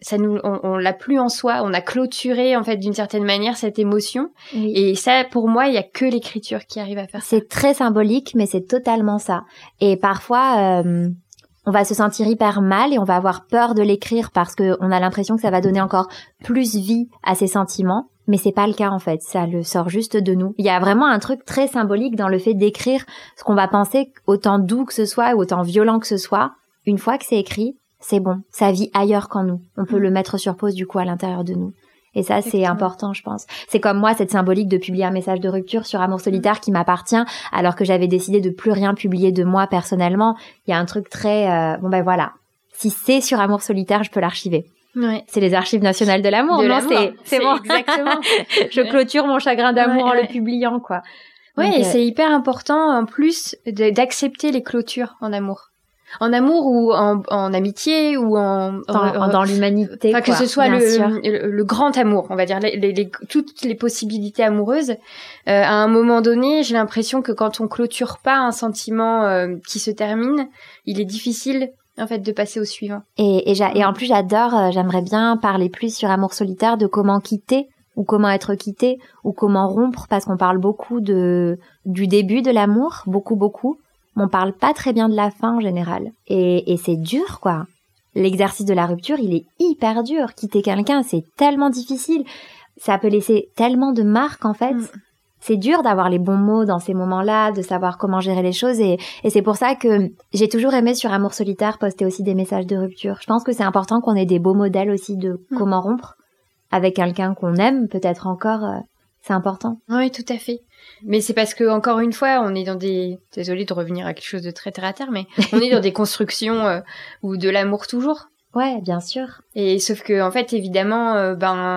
on l'a plus en soi, on a clôturé en fait d'une certaine manière cette émotion. Oui. Et ça, pour moi, il y a que l'écriture qui arrive à faire ça. C'est très symbolique, mais c'est totalement ça. Et parfois on va se sentir hyper mal et on va avoir peur de l'écrire parce que on a l'impression que ça va donner encore plus vie à ses sentiments. Mais c'est pas le cas, en fait. Ça le sort juste de nous. Il y a vraiment un truc très symbolique dans le fait d'écrire ce qu'on va penser, autant doux que ce soit, ou autant violent que ce soit. Une fois que c'est écrit, c'est bon. Ça vit ailleurs qu'en nous. On peut le mettre sur pause, du coup, à l'intérieur de nous. Et ça, c'est important, je pense. C'est comme moi, cette symbolique de publier un message de rupture sur Amour solitaire qui m'appartient, alors que j'avais décidé de plus rien publier de moi personnellement. Il y a un truc très... voilà. Si c'est sur Amour solitaire, je peux l'archiver. Ouais. C'est les archives nationales de l'amour, non? C'est bon. Exactement. Je clôture mon chagrin d'amour en le publiant, quoi. Ouais, donc, et c'est hyper important, en plus, d'accepter les clôtures en amour. En amour ou en amitié ou dans l'humanité, que ce soit le grand amour, on va dire, toutes les possibilités amoureuses. À un moment donné, j'ai l'impression que quand on clôture pas un sentiment qui se termine, il est difficile en fait de passer au suivant. Et en plus j'adore, j'aimerais bien parler plus sur Amour solitaire de comment quitter ou comment être quitté ou comment rompre, parce qu'on parle beaucoup du début de l'amour, beaucoup. On parle pas très bien de la fin en général. Et c'est dur, quoi. L'exercice de la rupture, il est hyper dur. Quitter quelqu'un, c'est tellement difficile. Ça peut laisser tellement de marques, en fait. C'est dur d'avoir les bons mots dans ces moments-là, de savoir comment gérer les choses. Et c'est pour ça que j'ai toujours aimé sur Amour solitaire poster aussi des messages de rupture. Je pense que c'est important qu'on ait des beaux modèles aussi de comment rompre avec quelqu'un qu'on aime, peut-être encore. C'est important. Oui, tout à fait. Mais c'est parce que, encore une fois, on est dans désolée de revenir à quelque chose de très terre à terre, mais on est dans des constructions où de l'amour toujours. Ouais, bien sûr. Et sauf que, en fait, évidemment,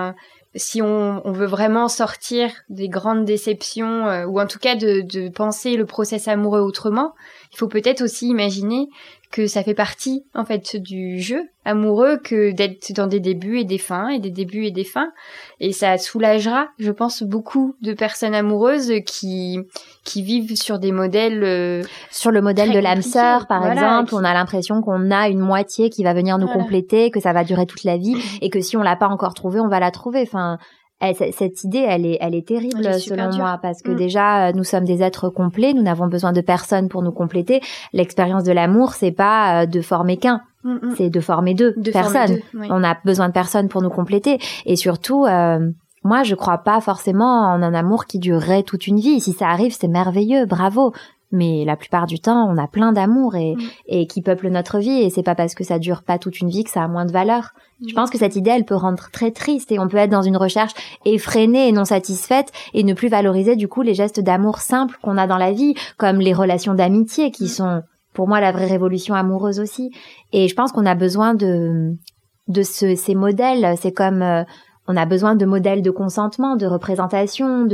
si on veut vraiment sortir des grandes déceptions, ou en tout cas de penser le process amoureux autrement, il faut peut-être aussi imaginer que ça fait partie, en fait, du jeu amoureux, que d'être dans des débuts et des fins, et des débuts et des fins. Et ça soulagera, je pense, beaucoup de personnes amoureuses qui vivent sur des modèles... sur le modèle de l'âme sœur, par exemple, on a l'impression qu'on a une moitié qui va venir nous compléter, que ça va durer toute la vie, et que si on l'a pas encore trouvée, on va la trouver. Enfin... cette idée, elle est terrible selon moi, parce que déjà, nous sommes des êtres complets, nous n'avons besoin de personne pour nous compléter. L'expérience de l'amour, c'est pas de former qu'un, c'est de former deux personnes. On a besoin de personne pour nous compléter. Et surtout, moi, je crois pas forcément en un amour qui durerait toute une vie. Si ça arrive, c'est merveilleux, bravo. mais la plupart du temps, on a plein d'amour et qui peuplent notre vie, et c'est pas parce que ça dure pas toute une vie que ça a moins de valeur. Je pense que cette idée, elle peut rendre très triste, et on peut être dans une recherche effrénée et non satisfaite et ne plus valoriser du coup les gestes d'amour simples qu'on a dans la vie, comme les relations d'amitié qui sont pour moi la vraie révolution amoureuse aussi. Et je pense qu'on a besoin de ces modèles. C'est comme on a besoin de modèles de consentement, de représentation,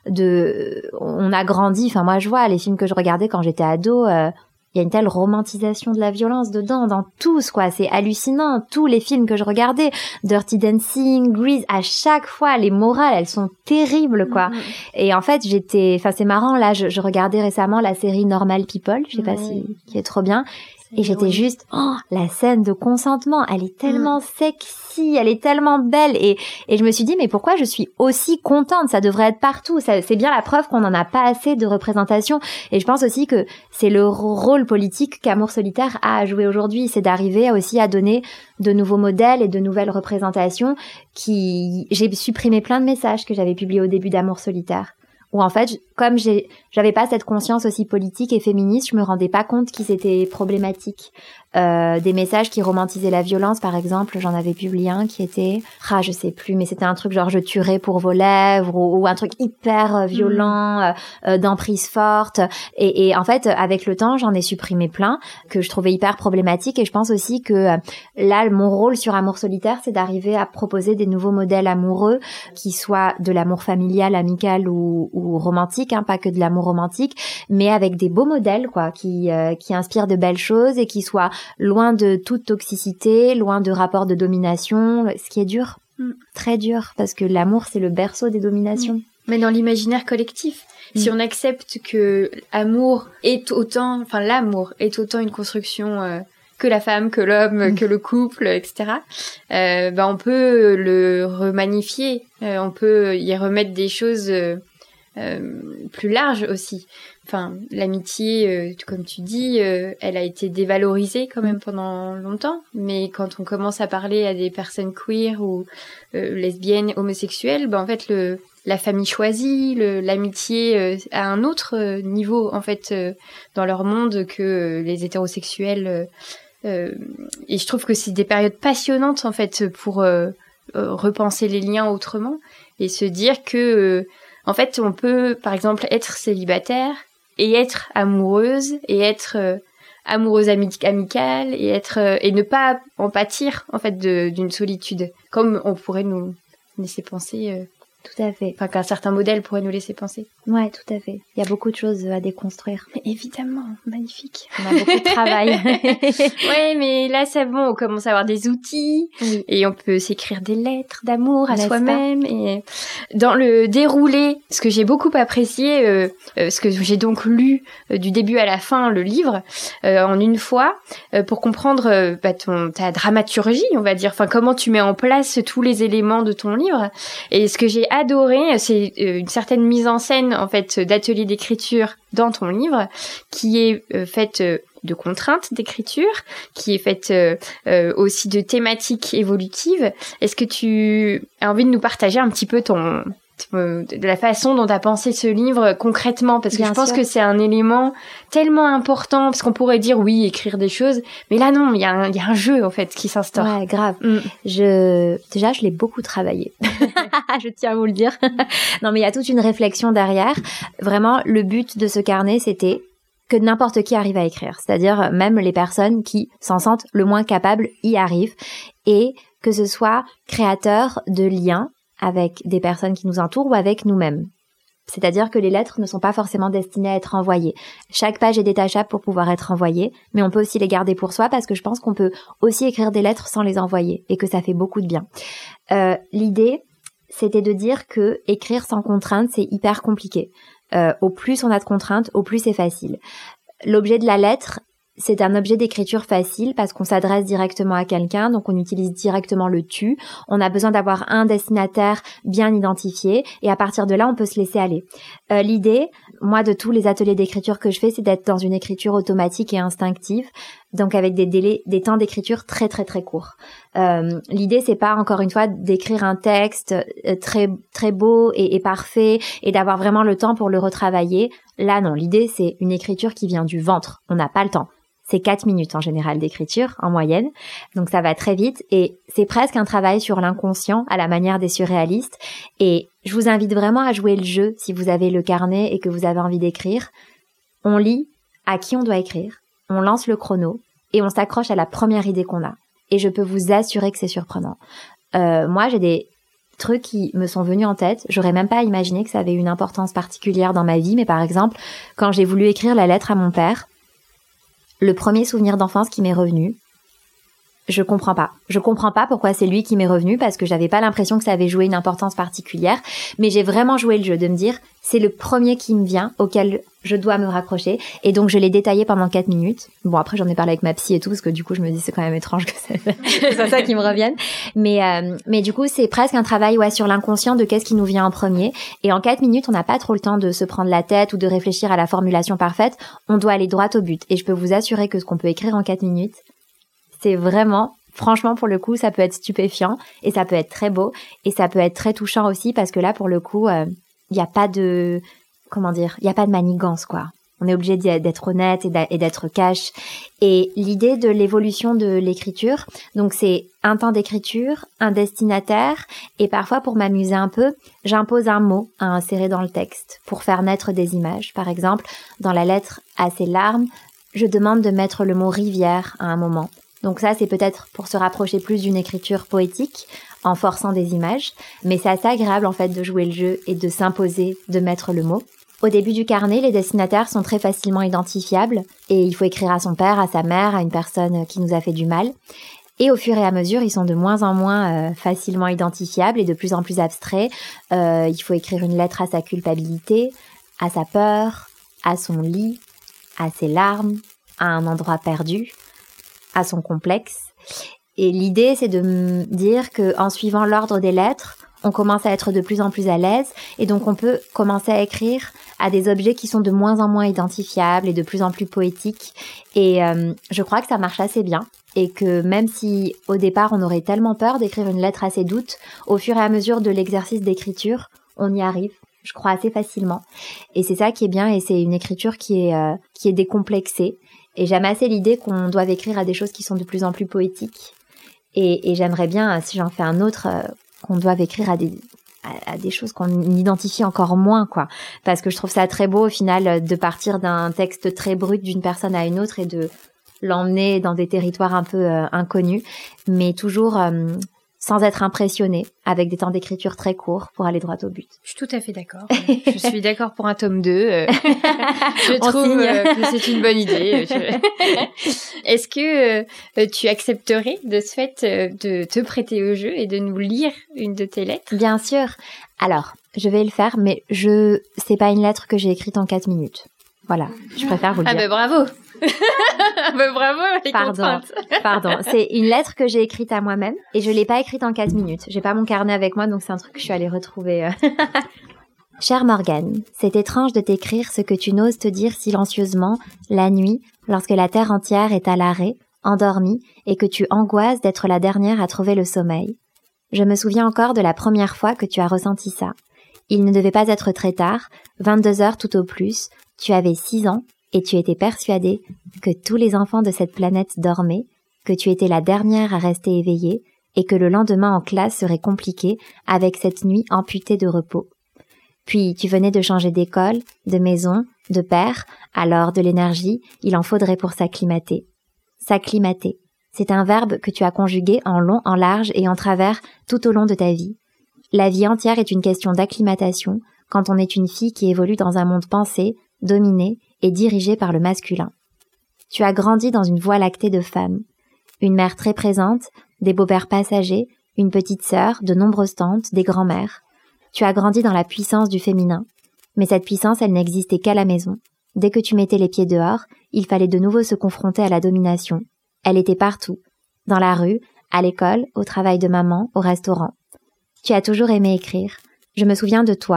on a grandi. Enfin, moi, je vois les films que je regardais quand j'étais ado. Il y a une telle romantisation de la violence dedans, dans tous, quoi. C'est hallucinant. Tous les films que je regardais, Dirty Dancing, Grease, à chaque fois, les morales, elles sont terribles, quoi. Et en fait, c'est marrant. Là, je regardais récemment la série Normal People. Je sais pas qui est trop bien. Et j'étais juste, la scène de consentement, elle est tellement sexy, elle est tellement belle. Et je me suis dit, mais pourquoi je suis aussi contente? Ça devrait être partout. C'est bien la preuve qu'on n'en a pas assez de représentation. Et je pense aussi que c'est le rôle politique qu'Amour solitaire a à jouer aujourd'hui. C'est d'arriver aussi à donner de nouveaux modèles et de nouvelles représentations j'ai supprimé plein de messages que j'avais publiés au début d'Amour solitaire. Où en fait, comme j'avais pas cette conscience aussi politique et féministe, je me rendais pas compte qu'ils étaient problématiques. Des messages qui romantisaient la violence, par exemple, j'en avais publié un qui était, je sais plus, mais c'était un truc genre je tuerai pour vos lèvres ou un truc hyper violent, d'emprise forte. Et en fait, avec le temps, j'en ai supprimé plein que je trouvais hyper problématiques. Et je pense aussi que là, mon rôle sur Amour solitaire, c'est d'arriver à proposer des nouveaux modèles amoureux qui soient de l'amour familial, amical ou romantique, pas que de l'amour romantique, mais avec des beaux modèles, quoi, qui inspirent de belles choses et qui soient loin de toute toxicité, loin de rapports de domination, ce qui est dur, très dur, parce que l'amour, c'est le berceau des dominations. Mais dans l'imaginaire collectif, si on accepte que l'amour est autant une construction que la femme, que l'homme, que le couple, etc., on peut le remagnifier, on peut y remettre des choses plus larges aussi. Enfin, l'amitié, comme tu dis, elle a été dévalorisée quand même pendant longtemps. Mais quand on commence à parler à des personnes queer ou lesbiennes, homosexuelles, en fait, la famille choisie, l'amitié à un autre niveau, en fait, dans leur monde que les hétérosexuels. Et je trouve que c'est des périodes passionnantes, en fait, pour repenser les liens autrement et se dire que, en fait, on peut, par exemple, être célibataire et être amoureuse et être amoureuse amicale et ne pas en pâtir en fait d'une solitude comme on pourrait nous laisser penser tout à fait, qu'un certain modèle pourrait nous laisser penser. Ouais, tout à fait. Il y a beaucoup de choses à déconstruire. Mais évidemment, magnifique. On a beaucoup de travail. Ouais, mais là c'est bon, on commence à avoir des outils et on peut s'écrire des lettres d'amour à soi-même. Et dans le déroulé, ce que j'ai beaucoup apprécié, ce que j'ai donc lu du début à la fin le livre en une fois pour comprendre ta dramaturgie, on va dire, comment tu mets en place tous les éléments de ton livre. Et ce que j'ai adoré, c'est une certaine mise en scène en fait d'atelier d'écriture dans ton livre qui est faite de contraintes d'écriture, qui est faite aussi de thématiques évolutives. Est-ce que tu as envie de nous partager un petit peu de la façon dont tu as pensé ce livre concrètement, parce que je pense que c'est un élément tellement important, parce qu'on pourrait dire oui, écrire des choses, mais là non, il y a un jeu en fait qui s'instaure. Ouais, grave. Je l'ai beaucoup travaillé. Je tiens à vous le dire. Non, mais il y a toute une réflexion derrière. Vraiment, le but de ce carnet, c'était que n'importe qui arrive à écrire. C'est-à-dire, même les personnes qui s'en sentent le moins capables y arrivent. Et que ce soit créateur de liens avec des personnes qui nous entourent ou avec nous-mêmes. C'est-à-dire que les lettres ne sont pas forcément destinées à être envoyées. Chaque page est détachable pour pouvoir être envoyée, mais on peut aussi les garder pour soi parce que je pense qu'on peut aussi écrire des lettres sans les envoyer et que ça fait beaucoup de bien. L'idée, c'était de dire que écrire sans contrainte, c'est hyper compliqué. Au plus on a de contraintes, au plus c'est facile. L'objet de la lettre, c'est un objet d'écriture facile parce qu'on s'adresse directement à quelqu'un, donc on utilise directement le tu. On a besoin d'avoir un destinataire bien identifié et à partir de là, on peut se laisser aller. L'idée, moi, de tous les ateliers d'écriture que je fais, c'est d'être dans une écriture automatique et instinctive. Donc avec des temps d'écriture très très très courts. L'idée c'est pas encore une fois d'écrire un texte très très beau et parfait et d'avoir vraiment le temps pour le retravailler. Là non, l'idée c'est une écriture qui vient du ventre. On n'a pas le temps. C'est 4 minutes en général d'écriture en moyenne, donc ça va très vite et c'est presque un travail sur l'inconscient à la manière des surréalistes. Et je vous invite vraiment à jouer le jeu si vous avez le carnet et que vous avez envie d'écrire. On lit à qui on doit écrire. On lance le chrono et on s'accroche à la première idée qu'on a. Et je peux vous assurer que c'est surprenant. Moi, j'ai des trucs qui me sont venus en tête. J'aurais même pas imaginé que ça avait une importance particulière dans ma vie. Mais par exemple, quand j'ai voulu écrire la lettre à mon père, le premier souvenir d'enfance qui m'est revenu, je comprends pas. Je comprends pas pourquoi c'est lui qui m'est revenu parce que j'avais pas l'impression que ça avait joué une importance particulière. Mais j'ai vraiment joué le jeu de me dire, c'est le premier qui me vient auquel je dois me raccrocher. Et donc, je l'ai détaillé pendant 4 minutes. Bon, après, j'en ai parlé avec ma psy et tout parce que du coup, je me dis, c'est quand même étrange que c'est ça qui me revienne. Mais du coup, c'est presque un travail, sur l'inconscient de qu'est-ce qui nous vient en premier. Et en 4 minutes, on n'a pas trop le temps de se prendre la tête ou de réfléchir à la formulation parfaite. On doit aller droit au but. Et je peux vous assurer que ce qu'on peut écrire en 4 minutes, c'est vraiment, franchement, pour le coup, ça peut être stupéfiant et ça peut être très beau et ça peut être très touchant aussi parce que là, pour le coup, il n'y a pas de, il n'y a pas de manigance, quoi. On est obligé d'être honnête et d'être cash. Et l'idée de l'évolution de l'écriture, donc c'est un temps d'écriture, un destinataire, et parfois pour m'amuser un peu, j'impose un mot à insérer dans le texte pour faire naître des images. Par exemple, dans la lettre à ses larmes, je demande de mettre le mot rivière à un moment. Donc ça, c'est peut-être pour se rapprocher plus d'une écriture poétique, en forçant des images, mais c'est assez agréable en fait de jouer le jeu et de s'imposer de mettre le mot. Au début du carnet, les destinataires sont très facilement identifiables et il faut écrire à son père, à sa mère, à une personne qui nous a fait du mal. Et au fur et à mesure, ils sont de moins en moins facilement identifiables et de plus en plus abstraits. Il faut écrire une lettre à sa culpabilité, à sa peur, à son lit, à ses larmes, à un endroit perdu, à son complexe. Et l'idée, c'est de me dire que en suivant l'ordre des lettres, on commence à être de plus en plus à l'aise et donc on peut commencer à écrire à des objets qui sont de moins en moins identifiables et de plus en plus poétiques. Et je crois que ça marche assez bien et que même si au départ on aurait tellement peur d'écrire une lettre à ses doutes, au fur et à mesure de l'exercice d'écriture, on y arrive. Je crois assez facilement. Et c'est ça qui est bien et c'est une écriture qui est décomplexée. Et j'aime assez l'idée qu'on doive écrire à des choses qui sont de plus en plus poétiques. Et j'aimerais bien, si j'en fais un autre, qu'on doive écrire à des choses qu'on identifie encore moins, quoi. Parce que je trouve ça très beau, au final, de partir d'un texte très brut d'une personne à une autre et de l'emmener dans des territoires un peu inconnus, mais toujours sans être impressionné, avec des temps d'écriture très courts pour aller droit au but. Je suis tout à fait d'accord. Je suis d'accord pour un tome 2. Je trouve que c'est une bonne idée. Est-ce que tu accepterais de ce fait de te prêter au jeu et de nous lire une de tes lettres ? Bien sûr. Alors, je vais le faire, mais c'est pas une lettre que j'ai écrite en 4 minutes. Voilà, je préfère vous le dire. Ah ben bravo. Bravo, les contraintes. Pardon. C'est une lettre que j'ai écrite à moi-même et je l'ai pas écrite en 4 minutes. J'ai pas mon carnet avec moi, donc c'est un truc que je suis allée retrouver. Chère Morgane, c'est étrange de t'écrire ce que tu n'oses te dire silencieusement la nuit, lorsque la terre entière est à l'arrêt, endormie, et que tu angoisses d'être la dernière à trouver le sommeil. Je me souviens encore de la première fois que tu as ressenti ça. Il ne devait pas être très tard, 22 heures tout au plus, tu avais 6 ans, et tu étais persuadée que tous les enfants de cette planète dormaient, que tu étais la dernière à rester éveillée, et que le lendemain en classe serait compliqué avec cette nuit amputée de repos. Puis tu venais de changer d'école, de maison, de père, alors de l'énergie, il en faudrait pour s'acclimater. S'acclimater, c'est un verbe que tu as conjugué en long, en large et en travers tout au long de ta vie. La vie entière est une question d'acclimatation quand on est une fille qui évolue dans un monde pensé, dominé et dirigé par le masculin. Tu as grandi dans une voie lactée de femmes. Une mère très présente, des beaux-pères passagers, une petite sœur, de nombreuses tantes, des grands-mères. Tu as grandi dans la puissance du féminin. Mais cette puissance, elle n'existait qu'à la maison. Dès que tu mettais les pieds dehors, il fallait de nouveau se confronter à la domination. Elle était partout. Dans la rue, à l'école, au travail de maman, au restaurant. Tu as toujours aimé écrire. Je me souviens de toi,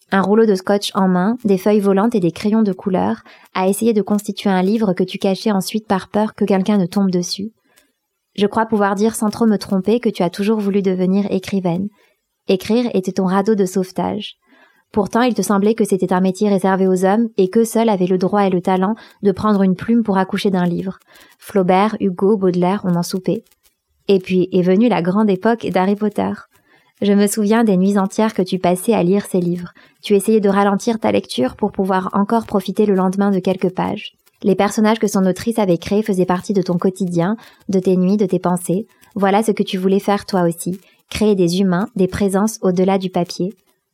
Un rouleau de scotch en main, des feuilles volantes et des crayons de couleur, à essayer de constituer un livre que tu cachais ensuite par peur que quelqu'un ne tombe dessus. Je crois pouvoir dire sans trop me tromper que tu as toujours voulu devenir écrivaine. Écrire était ton radeau de sauvetage. Pourtant, il te semblait que c'était un métier réservé aux hommes et qu'eux seuls avaient le droit et le talent de prendre une plume pour accoucher d'un livre. Flaubert, Hugo, Baudelaire, on en soupait. Et puis est venue la grande époque d'Harry Potter. Je me souviens des nuits entières que tu passais à lire ces livres. Tu essayais de ralentir ta lecture pour pouvoir encore profiter le lendemain de quelques pages. Les personnages que son autrice avait créés faisaient partie de ton quotidien, de tes nuits, de tes pensées. Voilà ce que tu voulais faire toi aussi, créer des humains, des présences au-delà du papier.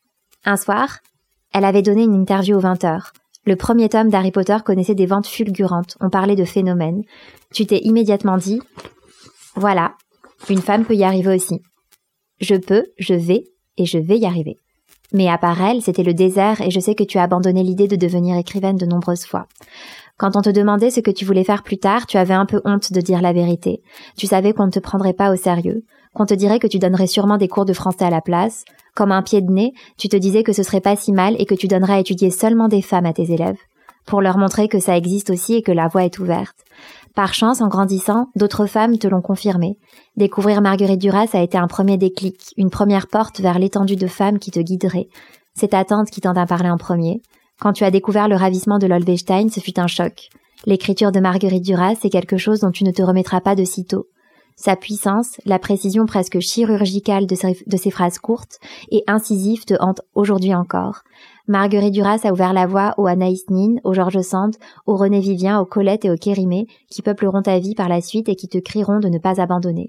Un soir, elle avait donné une interview aux 20h. Le premier tome d'Harry Potter connaissait des ventes fulgurantes, on parlait de phénomènes. Tu t'es immédiatement dit « Voilà, une femme peut y arriver aussi. Je peux, je vais y arriver. » Mais à part elle, c'était le désert et je sais que tu as abandonné l'idée de devenir écrivaine de nombreuses fois. Quand on te demandait ce que tu voulais faire plus tard, tu avais un peu honte de dire la vérité. Tu savais qu'on ne te prendrait pas au sérieux, qu'on te dirait que tu donnerais sûrement des cours de français à la place. Comme un pied de nez, tu te disais que ce serait pas si mal et que tu donnerais à étudier seulement des femmes à tes élèves, pour leur montrer que ça existe aussi et que la voie est ouverte. Par chance, en grandissant, d'autres femmes te l'ont confirmé. Découvrir Marguerite Duras a été un premier déclic, une première porte vers l'étendue de femmes qui te guiderait. C'est ta tante qui t'en a parlé en premier. Quand tu as découvert le ravissement de Lolvestein, ce fut un choc. L'écriture de Marguerite Duras est quelque chose dont tu ne te remettras pas de sitôt. Sa puissance, la précision presque chirurgicale de ses phrases courtes et incisives te hantent aujourd'hui encore. Marguerite Duras a ouvert la voie aux Anaïs Nin, aux George Sand, aux René Vivien, aux Colette et aux Kérimé, qui peupleront ta vie par la suite et qui te crieront de ne pas abandonner.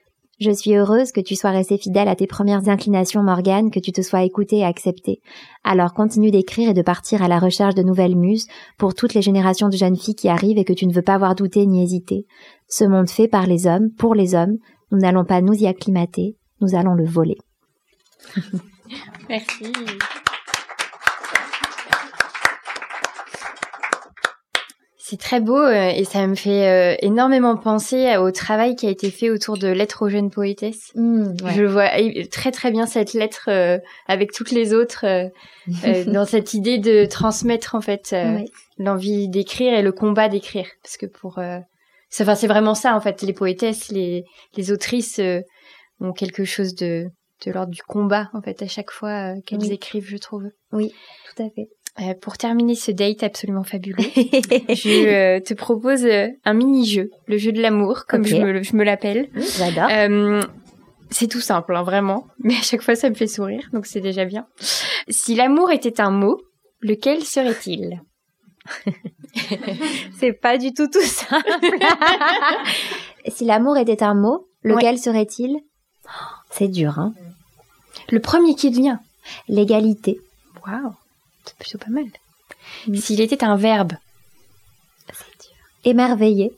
Je suis heureuse que tu sois restée fidèle à tes premières inclinations, Morgane, que tu te sois écoutée et acceptée. Alors continue d'écrire et de partir à la recherche de nouvelles muses pour toutes les générations de jeunes filles qui arrivent et que tu ne veux pas voir douter ni hésiter. Ce monde fait par les hommes, pour les hommes, nous n'allons pas nous y acclimater, nous allons le voler. Merci. C'est très beau et ça me fait énormément penser au travail qui a été fait autour de Lettres aux jeunes poétesses. Ouais. Je vois très très bien cette lettre avec toutes les autres dans cette idée de transmettre en fait l'envie d'écrire et le combat d'écrire. Parce que c'est vraiment ça en fait. Les poétesses, les autrices ont quelque chose de l'ordre du combat en fait à chaque fois qu'elles écrivent, je trouve. Oui, tout à fait. Pour terminer ce date absolument fabuleux, je te propose un mini-jeu, le jeu de l'amour, comme je me l'appelle. J'adore. C'est tout simple, hein, vraiment, mais à chaque fois ça me fait sourire, donc c'est déjà bien. Si l'amour était un mot, lequel serait-il ? C'est pas du tout simple. Si l'amour était un mot, lequel serait-il ? C'est dur, hein ? Le premier qui vient. L'égalité. Waouh. C'est plutôt pas mal. S'il était un verbe. C'est dur. Émerveiller.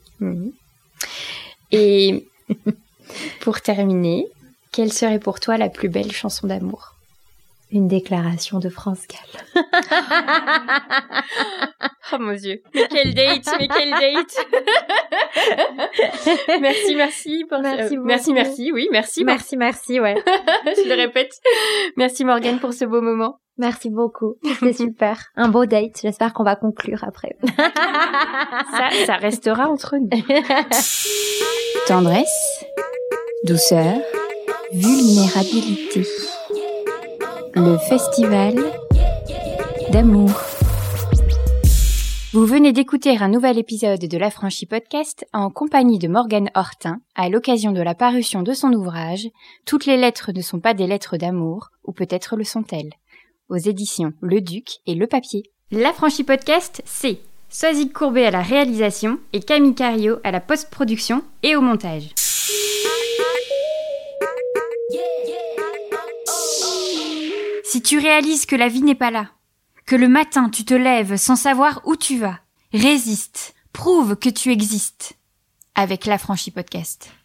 Et pour terminer, quelle serait pour toi la plus belle chanson d'amour ? Une déclaration de France Gall. Oh mon Dieu. Mais quel date. Merci pour merci, oui, merci. Merci, ouais. Je le répète. Merci Morgane pour ce beau moment. Merci beaucoup. C'est super. Un beau date. J'espère qu'on va conclure après. Ça restera entre nous. Tendresse, douceur, vulnérabilité. Le festival d'amour. Vous venez d'écouter un nouvel épisode de l'Affranchi Podcast en compagnie de Morgane Hortin à l'occasion de la parution de son ouvrage « Toutes les lettres ne sont pas des lettres d'amour, ou peut-être le sont-elles » aux éditions Le Duc et Le Papier. L'Affranchi Podcast, c'est Soazic Courbet à la réalisation et Camille Cario à la post-production et au montage. Si tu réalises que la vie n'est pas là, que le matin tu te lèves sans savoir où tu vas, résiste, prouve que tu existes avec l'Affranchi Podcast.